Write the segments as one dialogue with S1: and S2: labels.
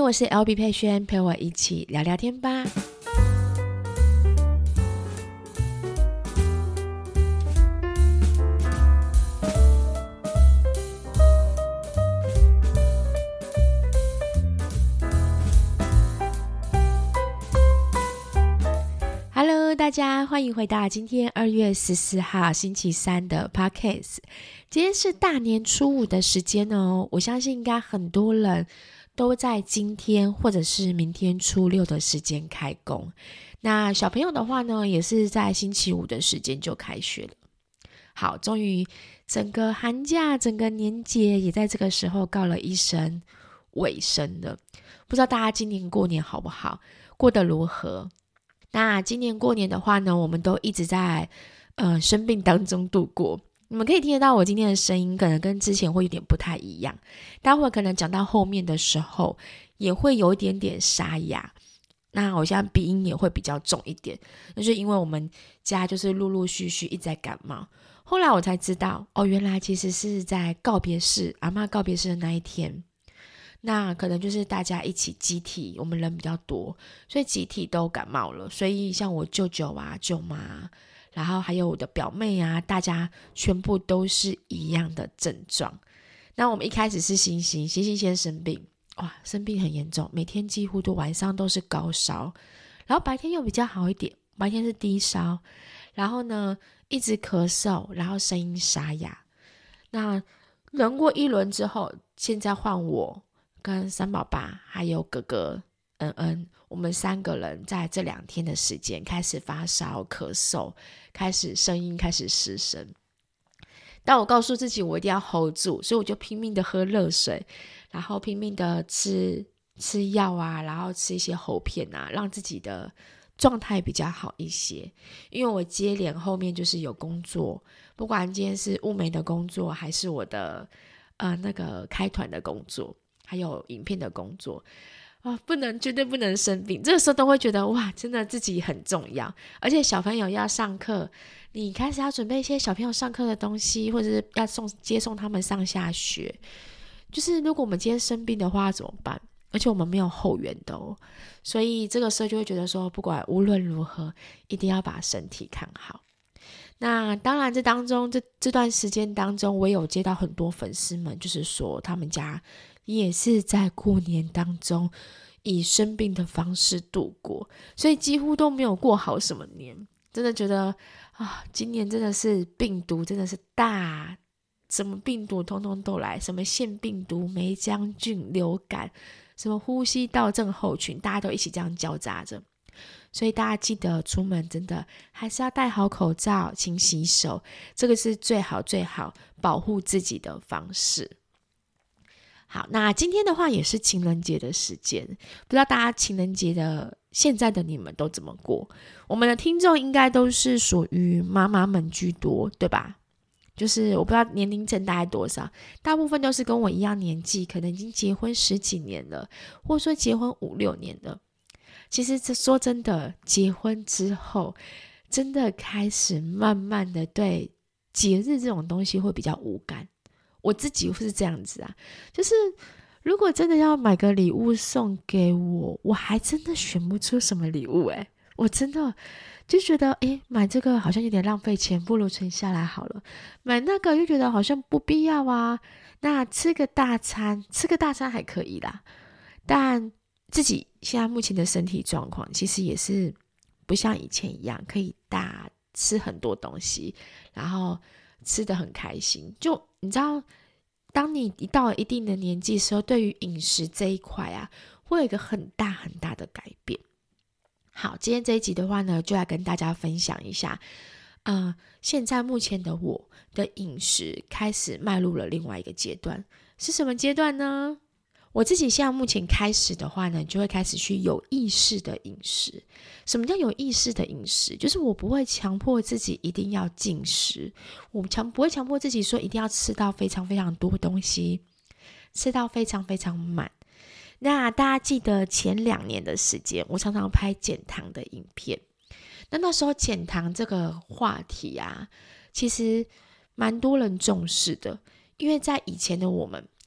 S1: 我是 LB 佩萱，陪我一起聊聊天吧。Hello， 大家欢迎回到今天2月14号星期三的 Podcast。今天是大年初五的时间哦，我相信应该很多人都在今天或者是明天初六的时间开工。那小朋友的话呢，也是在星期五的时间就开学了。好，终于整个寒假、整个年节也在这个时候告了一声尾声了。不知道大家今年过年好不好，过得如何？那今年过年的话呢，我们都一直在生病当中度过。你们可以听得到我今天的声音可能跟之前会有点不太一样，待会可能讲到后面的时候也会有一点点沙哑，那我现在鼻音也会比较重一点，就是因为我们家就是陆陆续续一直在感冒。后来我才知道原来其实是在告别式，阿嬷告别式的那一天，那可能就是大家一起集体，我们人比较多，所以集体都感冒了。所以像我舅舅啊、舅妈，然后还有我的表妹啊，大家全部都是一样的症状。那我们一开始是星星先生病，哇，生病很严重，每天几乎都晚上都是高烧，然后白天又比较好一点，白天是低烧，然后呢一直咳嗽，然后声音沙哑。那轮过一轮之后，现在换我跟三宝爸还有哥哥恩恩，我们3个人在这2天的时间开始发烧咳嗽，开始声音开始失声。但我告诉自己我一定要 hold 住，所以我就拼命的喝热水，然后拼命的吃药啊，然后吃一些喉片啊，让自己的状态比较好一些。因为我接连后面就是有工作，不管今天是物美的工作还是我的那个开团的工作，还有影片的工作绝对不能生病。这个时候都会觉得哇，真的自己很重要。而且小朋友要上课，你开始要准备一些小朋友上课的东西，或者是要接送他们上下学。就是如果我们今天生病的话怎么办？而且我们没有后援的哦，所以这个时候就会觉得说，不管无论如何，一定要把身体看好。那当然这当中这段时间当中，我也有接到很多粉丝们，就是说他们家也是在过年当中以生病的方式度过，所以几乎都没有过好什么年。真的觉得今年真的是病毒真的是大，什么病毒通通都来，什么腺病毒、梅浆菌、流感，什么呼吸道症候群，大家都一起这样交杂着。所以大家记得出门真的还是要戴好口罩、勤洗手，这个是最好保护自己的方式。好，那今天的话也是情人节的时间，不知道大家情人节的现在的你们都怎么过？我们的听众应该都是属于妈妈们居多，对吧？就是我不知道年龄层大概多少，大部分都是跟我一样年纪，可能已经结婚10几年了，或者说结婚5、6年了。其实说真的，结婚之后真的开始慢慢的对节日这种东西会比较无感。我自己是这样子啊，就是如果真的要买个礼物送给我，我还真的选不出什么礼物我真的就觉得买这个好像有点浪费钱，不如存下来好了。买那个又觉得好像不必要啊。那吃个大餐还可以啦，但自己现在目前的身体状况其实也是不像以前一样可以大吃很多东西，然后吃得很开心。就你知道，当你到了一定的年纪的时候，对于饮食这一块会有一个很大很大的改变。好，今天这一集的话呢，就来跟大家分享一下现在目前的我的饮食开始迈入了另外一个阶段。是什么阶段呢？我自己现在目前开始的话呢，就会开始去有意识的饮食。什么叫有意识的饮食？就是我不会强迫自己一定要进食，我不会强迫自己说一定要吃到非常非常多东西，吃到非常非常满。那大家记得前2年的时间，我常常拍减糖的影片。那时候减糖这个话题其实蛮多人重视的，因为在以前的我们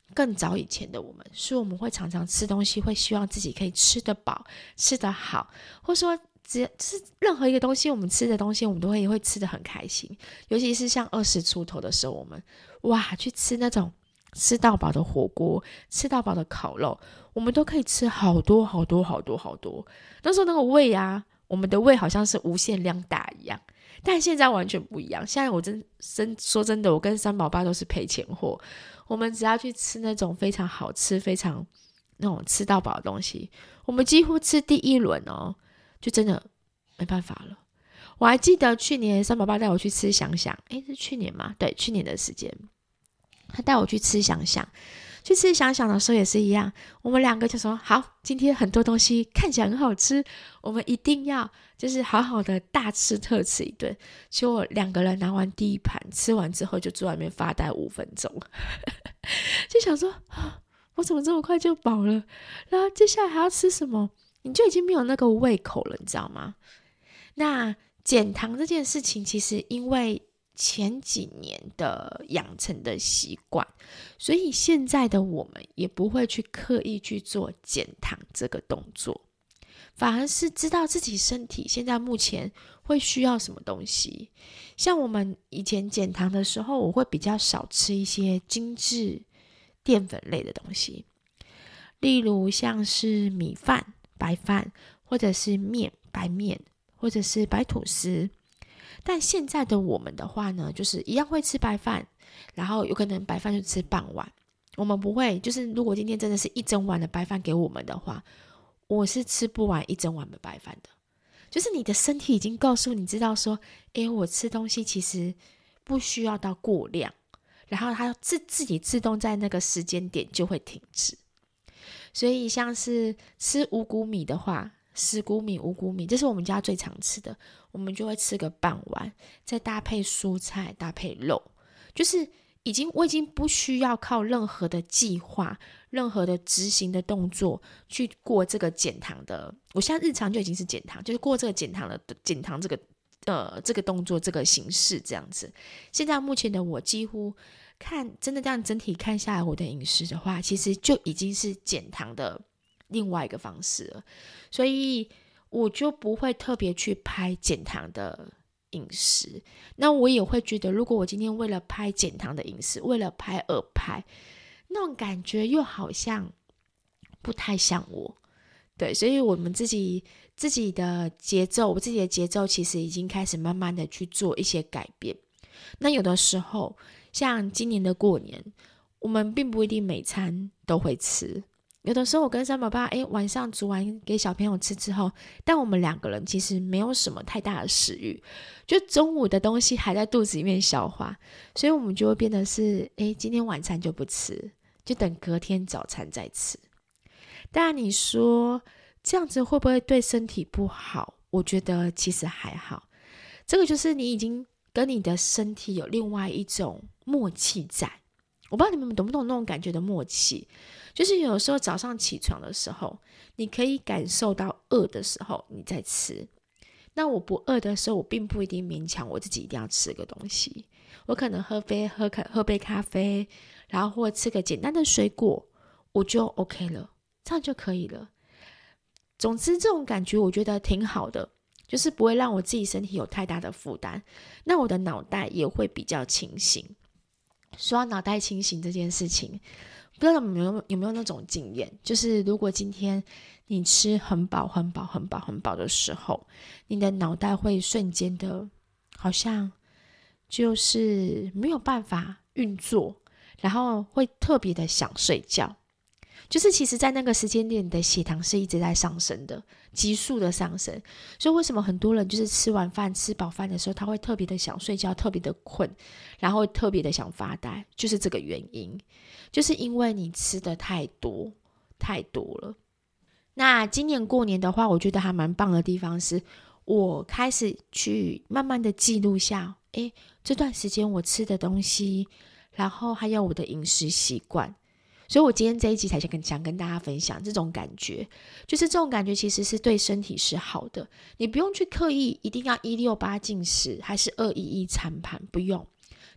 S1: 更早以前的我们，是我们会常常吃东西，会希望自己可以吃得饱、吃得好，或说就是任何一个东西，我们吃的东西，我们都会吃得很开心。尤其是像20出头的时候，我们去吃那种吃到饱的火锅，吃到饱的烤肉，我们都可以吃好多好多好多好多。那时候那个胃啊，我们的胃好像是无限量大一样。但现在完全不一样，现在我说真的，我跟三宝爸都是赔钱货。我们只要去吃那种非常好吃、非常那种吃到饱的东西，我们几乎吃第一轮就真的没办法了。我还记得去年三宝爸带我去吃想想，是去年吗？对，去年的时间，他带我去吃想想。去吃想想的时候也是一样，我们两个就说好，今天很多东西看起来很好吃，我们一定要就是好好的大吃特吃一顿。结果2个人拿完第一盘，吃完之后就坐在那边发呆5分钟，就想说我怎么这么快就饱了？然后接下来还要吃什么？你就已经没有那个胃口了，你知道吗？那减糖这件事情，其实因为前几年的养成的习惯，所以现在的我们也不会去刻意去做减糖这个动作，反而是知道自己身体现在目前会需要什么东西。像我们以前减糖的时候，我会比较少吃一些精致淀粉类的东西，例如像是米饭、白饭，或者是面、白面，或者是白吐司。但现在的我们的话呢，就是一样会吃白饭，然后有可能白饭就吃半碗。我们不会，就是如果今天真的是一整碗的白饭给我们的话，我是吃不完一整碗的白饭的。就是你的身体已经告诉你知道说，我吃东西其实不需要到过量，然后它自己自动在那个时间点就会停止。所以像是吃五谷米的话，10谷米、5谷米，这是我们家最常吃的，我们就会吃个半碗，再搭配蔬菜，搭配肉，就是我已经不需要靠任何的计划、任何的执行的动作去过这个减糖的。我现在日常就已经是减糖，就是过这个减糖这个动作、这个形式这样子。现在目前的我几乎真的这样整体看下来，我的饮食的话，其实就已经是减糖的另外一个方式了，所以我就不会特别去拍减糖的饮食。那我也会觉得，如果我今天为了拍减糖的饮食，为了拍而拍，那种感觉又好像不太像我。对，所以我们自己的节奏，我自己的节奏其实已经开始慢慢的去做一些改变。那有的时候像今年的过年，我们并不一定每餐都会吃，有的时候我跟三宝爸晚上煮完给小朋友吃之后，但我们2个人其实没有什么太大的食欲，就中午的东西还在肚子里面消化，所以我们就会变得是今天晚餐就不吃，就等隔天早餐再吃。当然你说这样子会不会对身体不好？我觉得其实还好，这个就是你已经跟你的身体有另外一种默契在。我不知道你们懂不懂那种感觉的默契，就是有时候早上起床的时候，你可以感受到饿的时候你在吃，那我不饿的时候，我并不一定勉强我自己一定要吃个东西，我可能喝杯咖啡，然后或吃个简单的水果，我就 OK 了，这样就可以了。总之这种感觉我觉得挺好的，就是不会让我自己身体有太大的负担，那我的脑袋也会比较清醒。说到脑袋清醒这件事情，不知道有没有那种经验，就是如果今天你吃很饱很饱很饱很饱的时候，你的脑袋会瞬间的好像就是没有办法运作，然后会特别的想睡觉。就是其实在那个时间点，你的血糖是一直在上升的，急速的上升。所以为什么很多人就是吃完饭吃饱饭的时候，他会特别的想睡觉，特别的困，然后特别的想发呆，就是这个原因，就是因为你吃的太多了。那今年过年的话，我觉得还蛮棒的地方是，我开始去慢慢的记录下这段时间我吃的东西，然后还有我的饮食习惯。所以我今天这一集才想跟大家分享这种感觉，就是这种感觉其实是对身体是好的，你不用去刻意一定要168进食还是211餐盘，不用，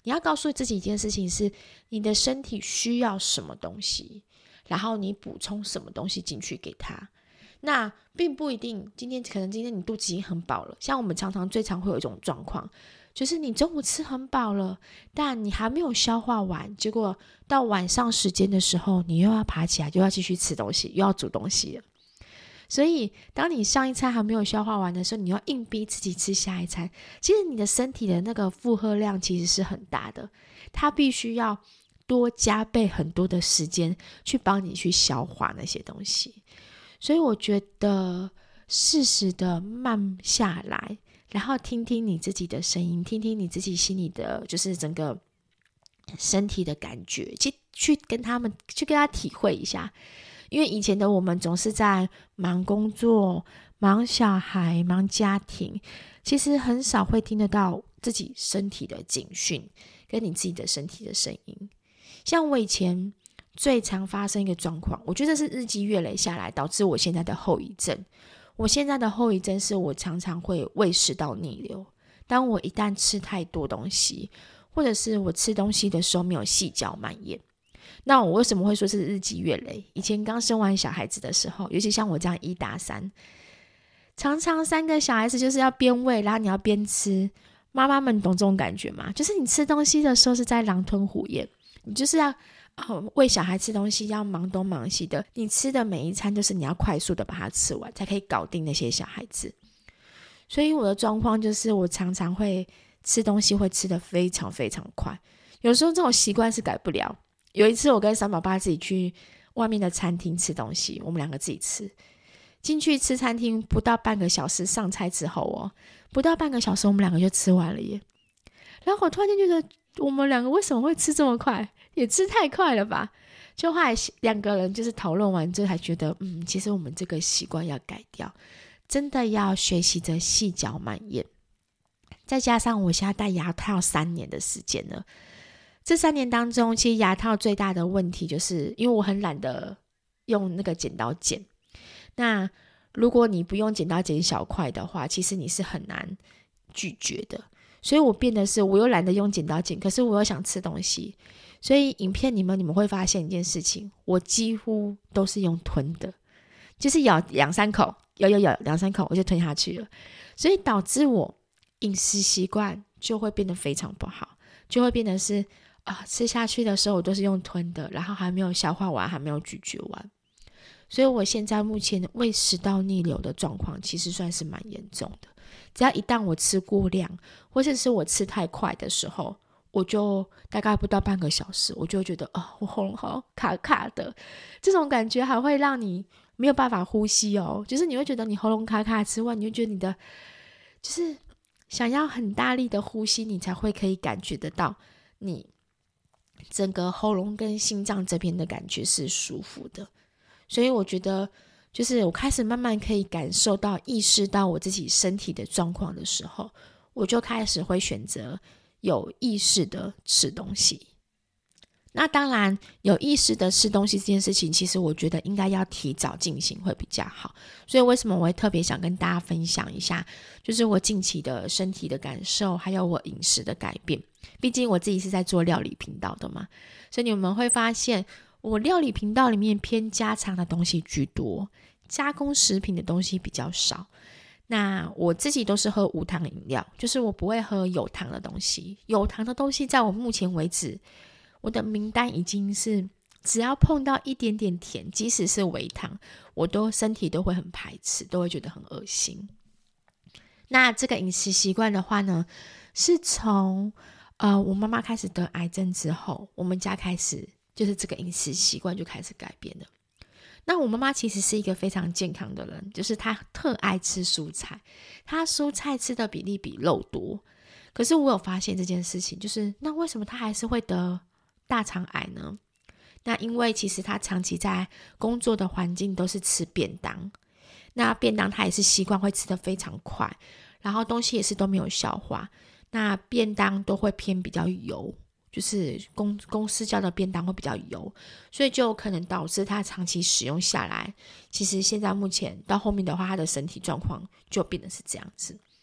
S1: 你要告诉自己一件事情是，你的身体需要什么东西，然后你补充什么东西进去给他。那并不一定可能今天你肚子已经很饱了，像我们最常会有一种状况，就是你中午吃很饱了，但你还没有消化完，结果到晚上时间的时候，你又要爬起来，又要继续吃东西，又要煮东西了。所以当你上一餐还没有消化完的时候，你要硬逼自己吃下一餐，其实你的身体的那个负荷量其实是很大的，它必须要多加倍很多的时间去帮你去消化那些东西。所以我觉得适时的慢下来，然后听听你自己的声音，听听你自己心里的就是整个身体的感觉，去跟他体会一下。因为以前的我们总是在忙工作、忙小孩、忙家庭，其实很少会听得到自己身体的警讯跟你自己的身体的声音。像我以前最常发生一个状况，我觉得是日积月累下来导致我现在的后遗症。我现在的后遗症是我常常会胃食道逆流，当我一旦吃太多东西，或者是我吃东西的时候没有细嚼慢咽。那我为什么会说是日积月累？以前刚生完小孩子的时候，尤其像我这样1打3，常常3个小孩子就是要边喂，然后你要边吃。妈妈们懂这种感觉吗？就是你吃东西的时候是在狼吞虎咽，你就是要喂小孩吃东西，要忙东忙西的，你吃的每一餐就是你要快速的把它吃完，才可以搞定那些小孩子。所以我的状况就是我常常会吃东西会吃得非常非常快，有时候这种习惯是改不了。有一次我跟三宝爸自己去外面的餐厅吃东西，我们2个自己吃，进去吃餐厅不到半个小时，上菜之后不到半个小时我们2个就吃完了耶。然后我突然间觉得我们2个为什么会吃这么快，也吃太快了吧。就后来2个人就是讨论完之后还觉得其实我们这个习惯要改掉，真的要学习着细嚼慢咽。再加上我现在戴牙套3年的时间了，这3年当中其实牙套最大的问题就是因为我很懒得用那个剪刀剪，那如果你不用剪刀剪小块的话，其实你是很难咀嚼的。所以我变得是我又懒得用剪刀剪，可是我又想吃东西，所以影片你们会发现一件事情，我几乎都是用吞的，就是咬2-3口，咬2-3口我就吞下去了。所以导致我饮食习惯就会变得非常不好，就会变得是吃下去的时候我都是用吞的，然后还没有消化完，还没有咀嚼完。所以我现在目前胃食道逆流的状况其实算是蛮严重的，只要一旦我吃过量或者是我吃太快的时候，我就大概不到半个小时我就觉得我喉咙好卡卡的，这种感觉还会让你没有办法呼吸就是你会觉得你喉咙卡卡之外，你会觉得你的就是想要很大力的呼吸，你才会可以感觉得到你整个喉咙跟心脏这边的感觉是舒服的。所以我觉得就是我开始慢慢可以感受到意识到我自己身体的状况的时候，我就开始会选择有意识的吃东西。那当然有意识的吃东西这件事情，其实我觉得应该要提早进行会比较好。所以为什么我会特别想跟大家分享一下，就是我近期的身体的感受，还有我饮食的改变。毕竟我自己是在做料理频道的嘛，所以你们会发现我料理频道里面偏家常的东西居多，加工食品的东西比较少。那我自己都是喝无糖饮料，就是我不会喝有糖的东西。有糖的东西在我目前为止，我的名单已经是只要碰到一点点甜，即使是微糖，我身体都会很排斥，都会觉得很恶心。那这个饮食习惯的话呢，是从我妈妈开始得癌症之后，我们家开始就是这个饮食习惯就开始改变了。那我妈妈其实是一个非常健康的人，就是她特爱吃蔬菜，她蔬菜吃的比例比肉多。可是我有发现这件事情，就是那为什么她还是会得大肠癌呢？那因为其实她长期在工作的环境都是吃便当，那便当她也是习惯会吃得非常快，然后东西也是都没有消化，那便当都会偏比较油，就是公司叫的便当会比较油，所以就可能导致他长期使用下来，其实现在目前到后面的话，他的身体状况就变得是这样子。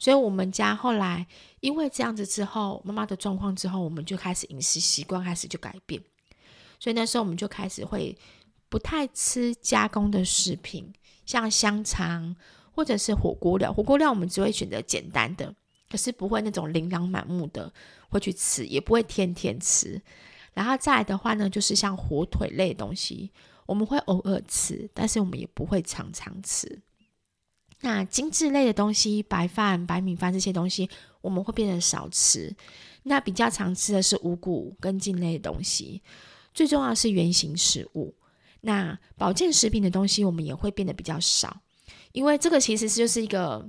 S1: 所以我们家后来因为这样子之后，妈妈的状况之后，我们就开始饮食习惯开始就改变。所以那时候我们就开始会不太吃加工的食品，像香肠或者是火锅料。火锅料我们只会选择简单的，可是不会那种琳琅满目的会去吃，也不会天天吃。然后再来的话呢，就是像火腿类的东西，我们会偶尔吃，但是我们也不会常常吃。那精致类的东西，白饭、白米饭这些东西，我们会变得少吃。那比较常吃的是五谷跟茎类的东西，最重要的是原型食物。那保健食品的东西，我们也会变得比较少，因为这个其实就是一个，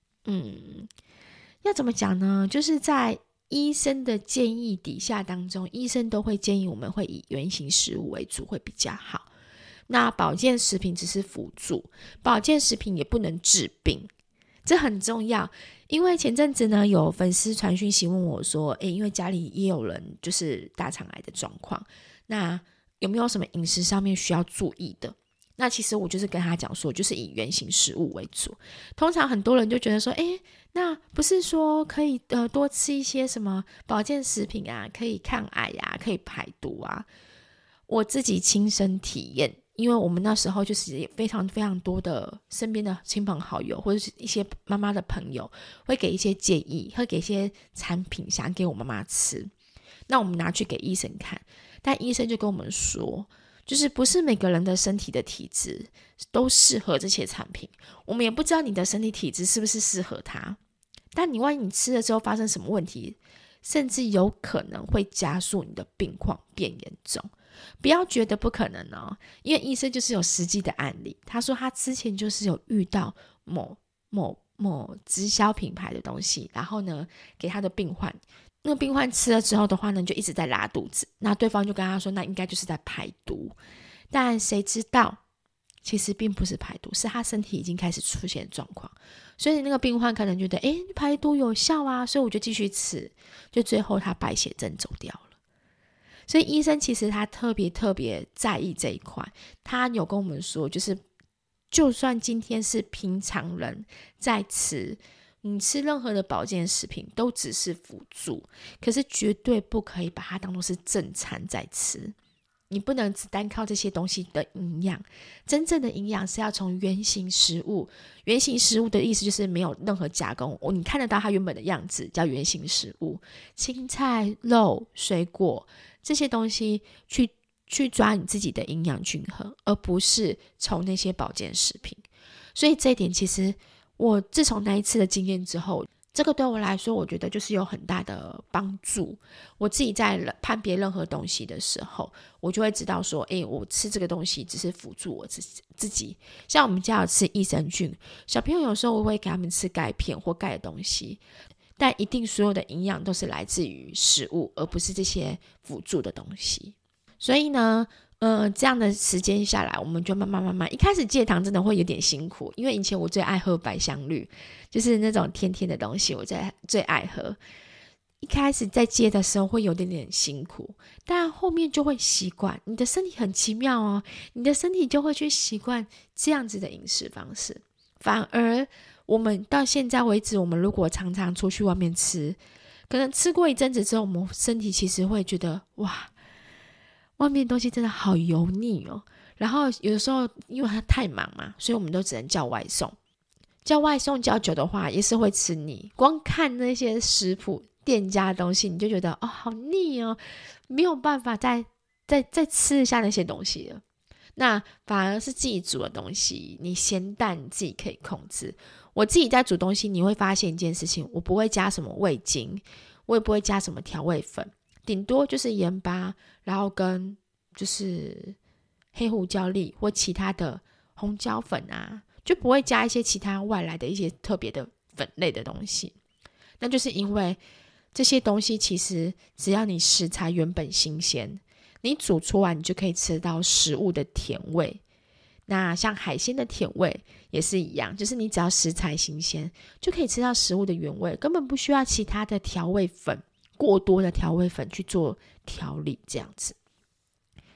S1: 要怎么讲呢？就是在医生的建议底下当中，医生都会建议我们会以原型食物为主，会比较好。那保健食品只是辅助，保健食品也不能治病，这很重要。因为前阵子呢，有粉丝传讯息问我说，因为家里也有人就是大肠癌的状况，那有没有什么饮食上面需要注意的？那其实我就是跟他讲说，就是以原型食物为主。通常很多人就觉得说，那不是说可以多吃一些什么保健食品啊，可以抗癌啊，可以排毒啊。我自己亲身体验，因为我们那时候就是非常非常多的身边的亲朋好友或者是一些妈妈的朋友会给一些建议，会给一些产品想给我妈妈吃，那我们拿去给医生看，但医生就跟我们说，就是不是每个人的身体的体质都适合这些产品，我们也不知道你的身体体质是不是适合它，但你万一你吃了之后发生什么问题，甚至有可能会加速你的病况变严重。不要觉得不可能哦，因为医生就是有实际的案例，他说他之前就是有遇到某直销品牌的东西，然后呢给他的病患，那个病患吃了之后的话呢，就一直在拉肚子，那对方就跟他说那应该就是在排毒，但谁知道其实并不是排毒，是他身体已经开始出现状况，所以那个病患可能觉得排毒有效啊，所以我就继续吃，就最后他败血症走掉了。所以医生其实他特别在意这一块，他有跟我们说，就是就算今天是平常人在吃，你吃任何的保健食品都只是辅助，可是绝对不可以把它当作是正餐在吃，你不能只单靠这些东西的营养，真正的营养是要从原型食物，原型食物的意思就是没有任何加工，你看得到它原本的样子叫原型食物，青菜、肉、水果这些东西去抓你自己的营养均衡，而不是从那些保健食品。所以这一点其实我自从那一次的经验之后，这个对我来说我觉得就是有很大的帮助。我自己在判别任何东西的时候，我就会知道说我吃这个东西只是辅助我自己。像我们家有吃益生菌，小朋友有时候我会给他们吃钙片或钙的东西，但一定所有的营养都是来自于食物，而不是这些辅助的东西。所以呢这样的时间下来，我们就慢慢一开始戒糖真的会有点辛苦，因为以前我最爱喝百香绿，就是那种甜甜的东西我最爱喝，一开始在戒的时候会有点辛苦，但后面就会习惯。你的身体很奇妙哦，你的身体就会去习惯这样子的饮食方式。反而我们到现在为止，我们如果常常出去外面吃，可能吃过一阵子之后，我们身体其实会觉得哇，外面的东西真的好油腻哦。然后有的时候因为他太忙嘛，所以我们都只能叫外送。叫外送叫久的话也是会吃腻，光看那些食谱店家的东西你就觉得好腻哦，没有办法再吃一下那些东西了。那反而是自己煮的东西，你咸淡你自己可以控制。我自己在煮东西，你会发现一件事情，我不会加什么味精，我也不会加什么调味粉，顶多就是盐巴，然后跟就是黑胡椒粒或其他的红椒粉啊，就不会加一些其他外来的一些特别的粉类的东西。那就是因为这些东西其实只要你食材原本新鲜，你煮出来你就可以吃到食物的甜味。那像海鲜的甜味也是一样，就是你只要食材新鲜就可以吃到食物的原味，根本不需要其他的调味粉，过多的调味粉去做调理这样子。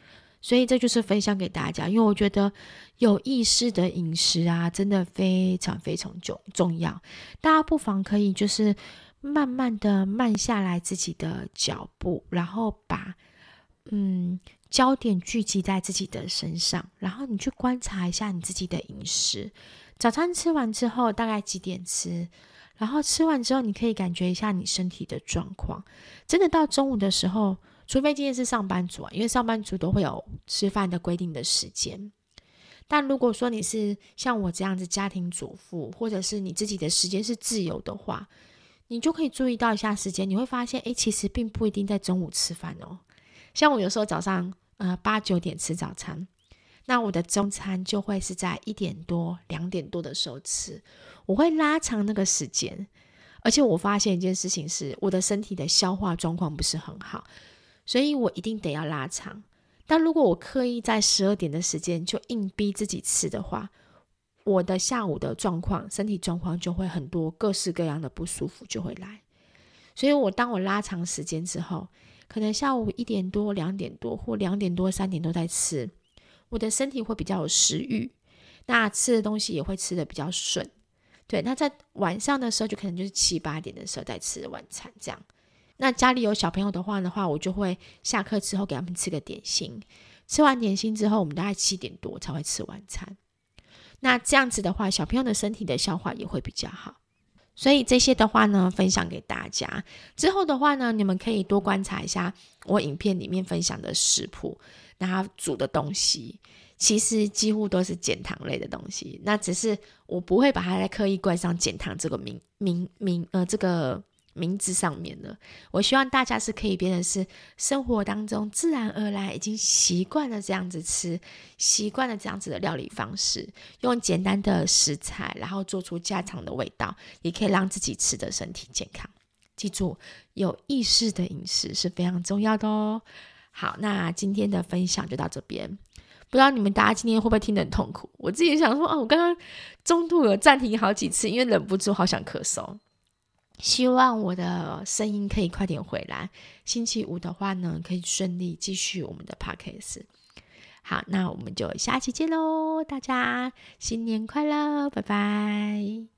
S1: 所以这就是分享给大家，因为我觉得有意识的饮食啊，真的非常非常重要。大家不妨可以就是慢慢的慢下来自己的脚步，然后把焦点聚集在自己的身上，然后你去观察一下你自己的饮食。早餐吃完之后大概几点吃，然后吃完之后你可以感觉一下你身体的状况。真的到中午的时候，除非今天是上班族啊，因为上班族都会有吃饭的规定的时间。但如果说你是像我这样子家庭主妇，或者是你自己的时间是自由的话，你就可以注意到一下时间，你会发现其实并不一定在中午吃饭哦。像我有时候早上8、9点吃早餐，那我的中餐就会是在1点多、2点多的时候吃，我会拉长那个时间。而且我发现一件事情是，我的身体的消化状况不是很好，所以我一定得要拉长。但如果我刻意在12点的时间就硬逼自己吃的话，我的下午的状况，身体状况就会很多各式各样的不舒服就会来。所以当我拉长时间之后，可能下午1点多、2点多或2点多、3点多再吃，我的身体会比较有食欲，那吃的东西也会吃得比较顺。对，那在晚上的时候就可能就是7、8点的时候再吃晚餐这样。那家里有小朋友的话，我就会下课之后给他们吃个点心，吃完点心之后我们大概7点多才会吃晚餐。那这样子的话，小朋友的身体的消化也会比较好。所以这些的话呢，分享给大家。之后的话呢，你们可以多观察一下我影片里面分享的食谱，那它煮的东西其实几乎都是减糖类的东西，那只是我不会把它再刻意冠上减糖这个这个名字上面了。我希望大家是可以变成是生活当中自然而然已经习惯了这样子吃，习惯了这样子的料理方式，用简单的食材然后做出家常的味道，也可以让自己吃的身体健康。记住，有意识的饮食是非常重要的哦。好，那今天的分享就到这边。不知道你们大家今天会不会听得很痛苦？我自己想说我刚刚中途有暂停好几次，因为忍不住好想咳嗽。希望我的声音可以快点回来，星期五的话呢，可以顺利继续我们的 podcast。 好，那我们就下期见咯，大家新年快乐，拜拜。